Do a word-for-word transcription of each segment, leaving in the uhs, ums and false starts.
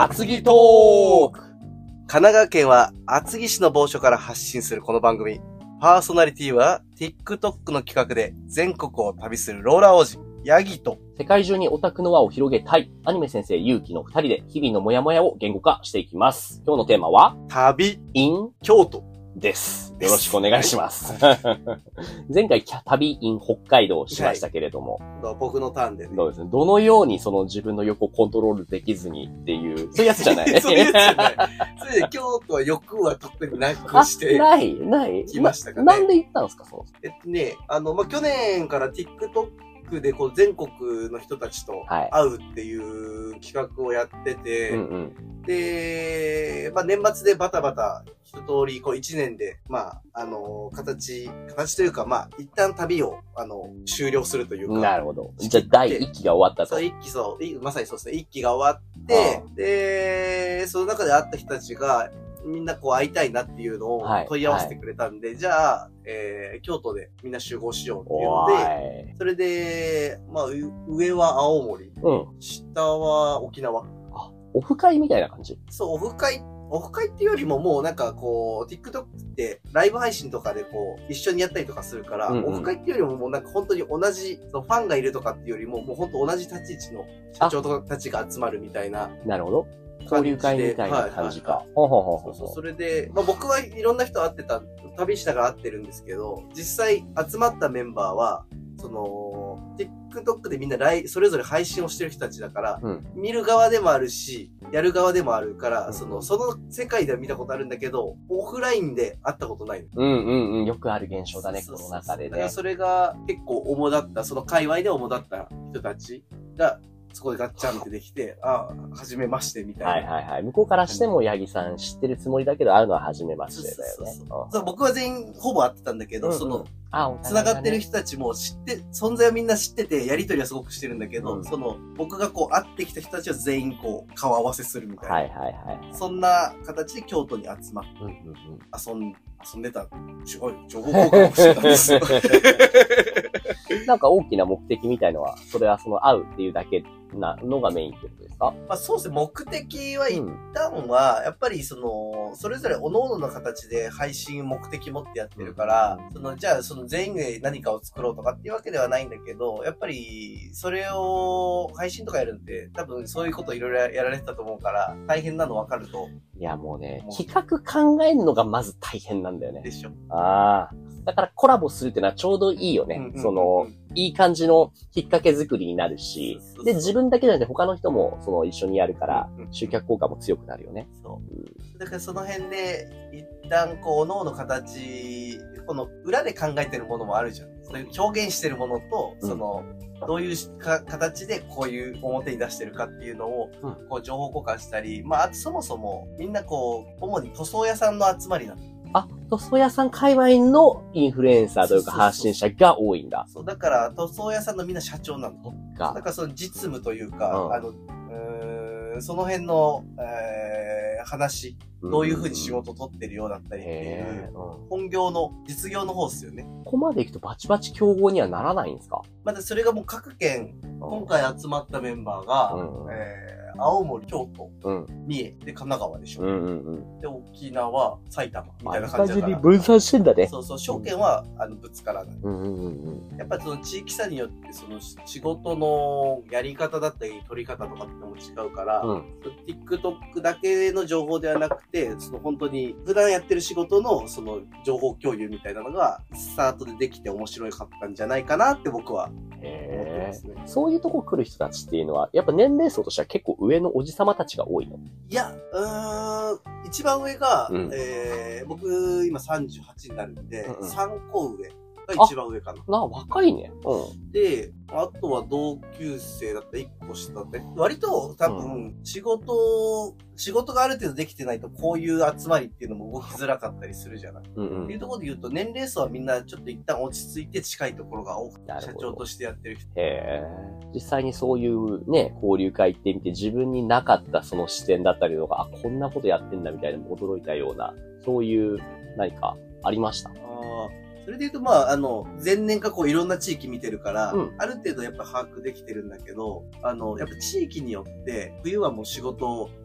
厚木トーク。 神奈川県は厚木市の某所から発信するこの番組。パーソナリティは TikTok の企画で全国を旅するローラー王子、ヤギと世界中にオタクの輪を広げたいアニメ先生ゆうきの二人で日々のモヤモヤを言語化していきます。今日のテーマは旅 in 京都です。よろしくお願いします。前回旅 in 北海道をしましたけれども、 はい、僕のターンでね。 どうですね。どのようにその自分の欲をコントロールできずにっていう、そういうやつじゃないね。 そういうやつじゃない。それで京都は欲は特になくして。 ない、ない。 来ましたかね。 な、なんで行ったんですか、その。 えっとね、あの、まあ、去年から TikTok でこう全国の人たちと会うっていう企画をやってて、 はい、うんうん、 で、まあ、年末でバタバタ一通りこう一年で、まあ、あの、形、形というか、まあ、一旦旅を、あの、終了するというか。 なるほど。じゃあ第一期が終わったと。 そう、一期そう、まさにそうですね。一期が終わって、で、その中で会った人たちが、みんなこう会いたいなっていうのを問い合わせてくれたんで、はいはい、じゃあ、えー、京都でみんな集合しようっていうので、それで、まあ、上は青森、うん、下は沖縄。 あ、オフ会みたいな感じ？ そう、オフ会、オフ会っていうよりももうなんかこう、TikTok ってライブ配信とかでこう、一緒にやったりとかするから、うんうん、オフ会っていうよりももうなんか本当に同じ、そのファンがいるとかっていうよりも、もう本当同じ立ち位置の社長とかたちが集まるみたいな。 なるほど。交流会みたいな感じか。 ほうほうほうほう。そうそう、それで、まあ僕はいろんな人会ってた、旅しながら会ってるんですけど、実際集まったメンバーは、その、TikTok でみんなライそれぞれ配信をしてる人たちだから、うん、見る側でもあるし、やる側でもあるから、うん、その、その世界では見たことあるんだけど、オフラインで会ったことないの。 うんうんうん。よくある現象だね、この中でね。 だからそれが結構主だった、その界隈で主だった人たちが、そこでガッチャンってできて、ああ、はじめましてみたいな。 はいはいはい。向こうからしても、八木さん知ってるつもりだけど、会うのははじめましてだよね。 そうそうそうそう。僕は全員ほぼ会ってたんだけど、うんうん、その、繋がってる人たちも知って、存在はみんな知ってて、やりとりはすごくしてるんだけど、うん、その、僕がこう会ってきた人たちは全員こう、顔合わせするみたいな。 はいはいはい。 そんな形で京都に集まって、うんうんうん、遊ん、遊んでた、すごい、情報交換をしてたんですよ。 なんか大きな目的みたいのは、それはその会うっていうだけなのがメインってことですか？ まあそうですね。目的は一旦は、やっぱりその、それぞれ各々の形で配信目的持ってやってるから、その、じゃあその全員で何かを作ろうとかっていうわけではないんだけど、やっぱり、それを配信とかやるんで、多分そういうこといろいろやられてたと思うから、大変なの分かると。 いやもうね、企画考えるのがまず大変なんだよね。 でしょ。 ああ。だからコラボするってのはちょうどいいよね。うんうんうん、その、いい感じの引っ掛け作りになるし、そうそうそう、で、自分だけじゃなくて他の人もその一緒にやるから、うんうん、集客効果も強くなるよね。 そう。うん、だからその辺で、一旦こう、脳の形、この裏で考えてるものもあるじゃん。そういう表現してるものと、その、うん、どういうか形でこういう表に出してるかっていうのを、うん、こう情報交換したり、まあ、あとそもそもみんなこう、主に塗装屋さんの集まりなの。 あ、塗装屋さん界隈のインフルエンサーというか発信者が多いんだ。 そう、だから塗装屋さんのみんな社長なの。そっか。だからその実務というか、うん、あの、うーん、その辺の、えー、話、どういう風に仕事を取ってるようだったりっていう、うん、本業の、実業の方ですよね。 ここまで行くとバチバチ競合にはならないんですか？ まだそれがもう各県、今回集まったメンバーが、うん、えー青森、京都、うん、三重、で、神奈川でしょ。うんうんうん、で、沖縄、埼玉、みたいな感じだから。 に分散してんだね。 そうそう、証券は、あの、ぶつからない。うんうんうん、やっぱりその地域差によって、その仕事のやり方だったり、取り方とかってのも違うから、うん、TikTok だけの情報ではなくて、その本当に、普段やってる仕事の、その情報共有みたいなのが、スタートでできて面白かったんじゃないかなって僕は思ってますね。 そういうとこ来る人たちっていうのは、やっぱ年齢層としては結構上のおじさまたちが多いの？ いや、うーん、一番上が、うん、えー、僕今さんじゅうはちになるんで、うんうん、さんこ上が一番上かな。 な、若いね。うん。 で、あとは同級生だったらいっこ下で、割と多分仕事、うん、仕事がある程度できてないとこういう集まりっていうのも動きづらかったりするじゃない。うんうん、っていうところで言うと年齢層はみんなちょっと一旦落ち着いて近いところが多くて、社長としてやってる人。 へー。実際にそういうね、交流会行ってみて自分になかったその視点だったりとか、あ、こんなことやってんだみたいなのも驚いたような、そういう何かありました？あそれで言うと、まあ、あの、前年かこういろんな地域見てるから、うん、ある程度やっぱ把握できてるんだけど、あの、やっぱ地域によって、冬はもう仕事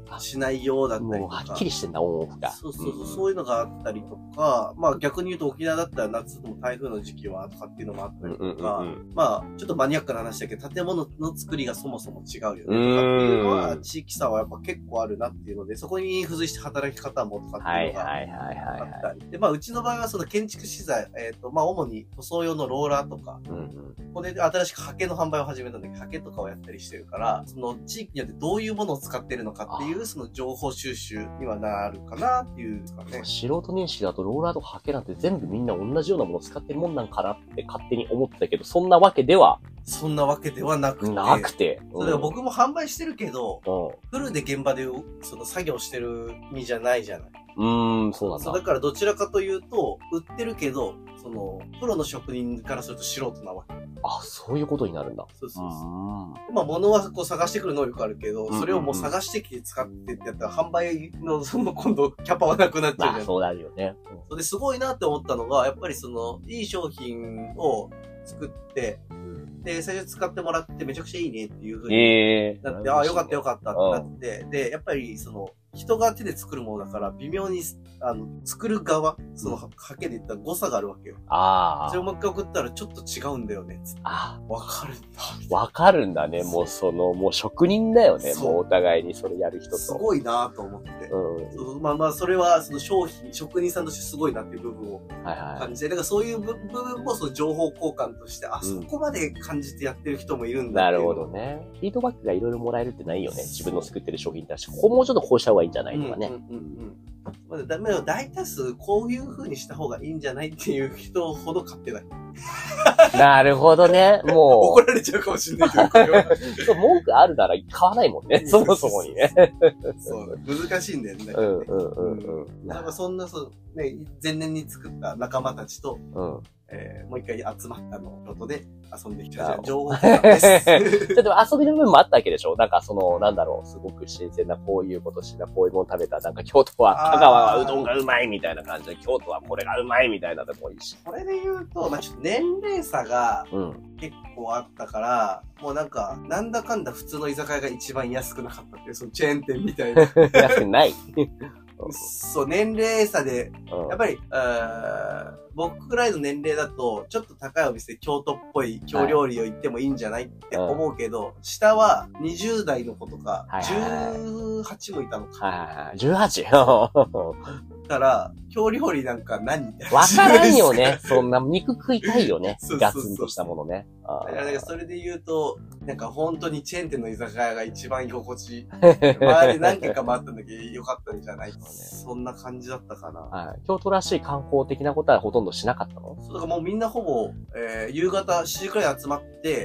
しないようだったりとか。 もうはっきりしてんだ、オンオフが。 そうそうそう、うん、そういうのがあったりとか、まあ逆に言うと沖縄だったら夏でも台風の時期はとかっていうのもあったりとか、うんうんうん、まあちょっとマニアックな話だけど、建物の作りがそもそも違うよねとかっていうのは、地域差はやっぱ結構あるなっていうので、そこに付随して働き方もとかっていうのがあったり。で、まあうちの場合はその建築資材、えっと、まあ主に塗装用のローラーとか、うんうん、ここで新しく刷毛の販売を始めたんだけど、刷毛とかをやったりしてるから、その地域によってどういうものを使ってるのかっていう、その情報収集にはなるかなっていうかね。 素人認識だとローラーとか刷毛なんて全部みんな同じようなものを使ってるもんなんかなって勝手に思ってたけど、そんなわけではそんなわけではなくて。 なくて。 うん、それは僕も販売してるけど、うん、フルで現場でその作業してる身じゃないじゃない。 うーん、そうなんだ。 そう、だからどちらかというと、売ってるけど、その、プロの職人からすると素人なわけ。 あ、そういうことになるんだ。 そうそうそう。まあ、物はこう探してくる能力あるけど、それをもう探してきて使ってってやったら、販売のその今度キャパはなくなっちゃうじゃん。 まあ、そうなるよね。 うん、それですごいなって思ったのが、やっぱりその、いい商品を作って、で、最初使ってもらってめちゃくちゃいいねっていう風になって、えー、ああ、よかったよかったってなって、で、やっぱりその、人が手で作るものだから、微妙に、あの、作る側、その、刷毛で言ったら誤差があるわけよ。ああ。それをもう一回送ったらちょっと違うんだよね。ああ。わかるんだ。 わかるんだね。もうその、もう職人だよね。もうお互いにそれやる人と。 すごいなと思って。うん。まあまあ、それは、その商品、職人さんとしてすごいなっていう部分を感じて、はいはい、だからそういう部分もその情報交換として、あ、うん、そこまで感じてやってる人もいるんだっていう。 なるほどね。フィードバックがいろいろもらえるってないよね。自分の作ってる商品に対して。ここもうちょっとこうした方がいいんじゃないとかね。うんうんうんうんまあ、だめ大多数こういう風にした方がいいんじゃないっていう人ほど買ってない。 なるほどね。もう。 怒られちゃうかもしれないけど、これは。 そう、文句あるなら買わないもんね。そもそもにね。 そう、難しいんだよね。 うんうんうんうん。 なんかそんな、そう、ね、前年に作った仲間たちと、うんえー、もう一回集まったの、京都で遊んできた情報です。 ちょっと遊びの部分もあったわけでしょなんかその、なんだろう、すごく新鮮なこういうことしてた、こういうもの食べた、なんか京都は、香川はうどんがうまいみたいな感じで、京都はこれがうまいみたいなでもいいし。 これで言うと、まあちょっと年齢差が結構あったから、うん、もうなんか、なんだかんだ普通の居酒屋が一番安くなかったっていう、そのチェーン店みたいな。 安くないそう、年齢差で、やっぱり、僕くらいの年齢だと、ちょっと高いお店、京都っぽい京料理を行ってもいいんじゃないって思うけど、下はにじゅう代の子とか、じゅうはちもいたのか。 じゅうはち? から、京料理なんか何みたいな。 わからんよね。そんな肉食いたいよね。ガツンとしたものね。 だからそれで言うと、なんか本当にチェーン店の居酒屋が一番居心地、周り何軒か回ったんだけどよかったんじゃないかね。そんな感じだったかな。 はい。京都らしい観光的なことはほとんどしなかったの？ そう、だからもうみんなほぼ、えー、夕方しちじくらい集まって、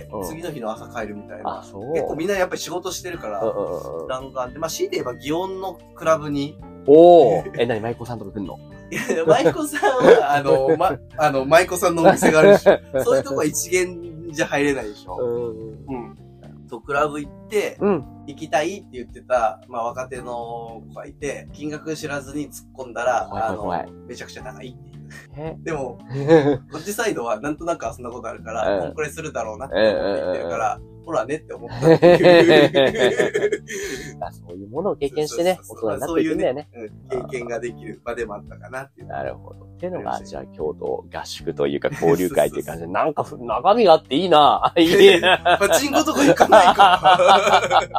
うん、次の日の朝帰るみたいな。あ、そう。結構みんなやっぱり仕事してるから、弾丸で、まあ、強いて言えば祇園のクラブに。 おー。え、なに、舞妓さんとか来んの？ いや、舞妓さんは、あの、ま、あの、舞妓さんのお店があるでしょ。そういうとこは一元じゃ入れないでしょ。うん。と、クラブ行って、うん、行きたいって言ってた、まあ、若手の子がいて、金額知らずに突っ込んだら、あの、めちゃくちゃ高いっていう。でも、こっちサイドはなんとなくそんなことあるから、こんくらいするだろうなって思って言ってるから、ほらねって思ったっていう。 そういうものを経験してね、大人になっていくんだよね。 そういうね、経験ができる場でもあったかなっていう。 なるほど。っていうのが、じゃあ京都合宿というか交流会っていう感じで、なんか中身があっていいな。いいな。 パチンコとか行かないから。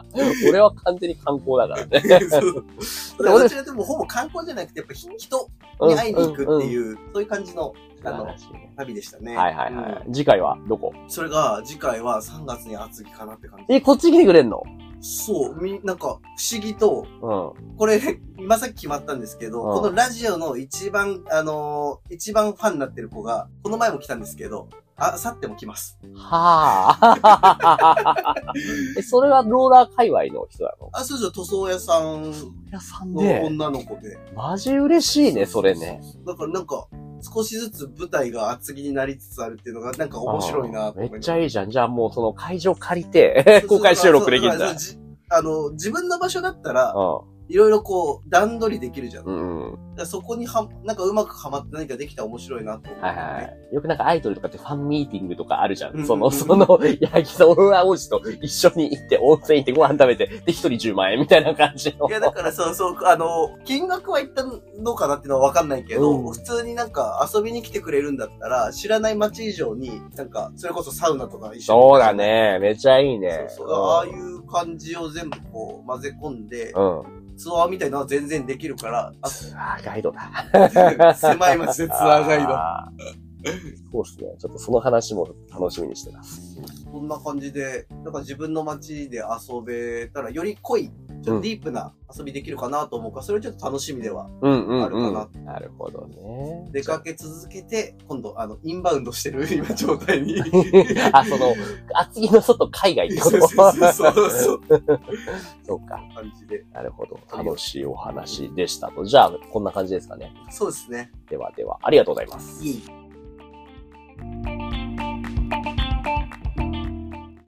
俺は完全に観光だからね。そう。 私はでもほぼ観光じゃなくて、やっぱ人に会いに行くっていう、そういう感じの、あの、旅でしたね。 はいはいはい。次回はどこ？ それが、次回はさんがつに厚木かなって感じ。 え、こっち来てくれんの？ そう、み、なんか、不思議と、うん、これ、今さっき決まったんですけど、うん、このラジオの一番、あのー、一番ファンになってる子が、この前も来たんですけど、あ、去っても来ます。 はあ。え、それはローラー界隈の人なの？ あ、そうそう、塗装屋さんの女の子で。 マジ嬉しいね、それね。 だからなんか、少しずつ舞台が厚木になりつつあるっていうのがなんか面白いなと思います。 めっちゃいいじゃん。じゃあもうその会場借りて、公開収録できるんだ。 あの、自分の場所だったら、 いろいろこう、段取りできるじゃん。 うんうん。 だからそこには、なんかうまくはまって何かできたら面白いなと思う、ね。 はいはい。よくなんかアイドルとかってファンミーティングとかあるじゃん。 うんうんうん、 その、その、柳沢王子と一緒に行って、温泉行ってご飯食べて、で、一人じゅうまんえんみたいな感じの。 いや、だからそうそう、あの、金額は一旦どうかなっていうのはわかんないけど、うん、普通になんか遊びに来てくれるんだったら、知らない街以上に、なんか、それこそサウナとか一緒に。 そうだね。めちゃいいね。 そうそう、ああいう感じを全部こう混ぜ込んで、 うん。 ツアーみたいなのは全然できるから。 ツアーガイドだ。 狭い街でツアーガイド。 そうですね。ちょっとその話も楽しみにしてます。 こんな感じで、なんか自分の街で遊べたらより濃い、ちょっとディープな遊びできるかなと思うから、それはちょっと楽しみではあるかな。うんうんうん、 なるほどね。 出かけ続けて、今度、あの、インバウンドしてる今状態に。 あ、その、厚木の外海外ってこと？ そうそうそうそう。 そうか。 感じで。 なるほど。楽しいお話でしたと。じゃあ、こんな感じですかね。 そうですね。 ではでは、ありがとうございます。 いい。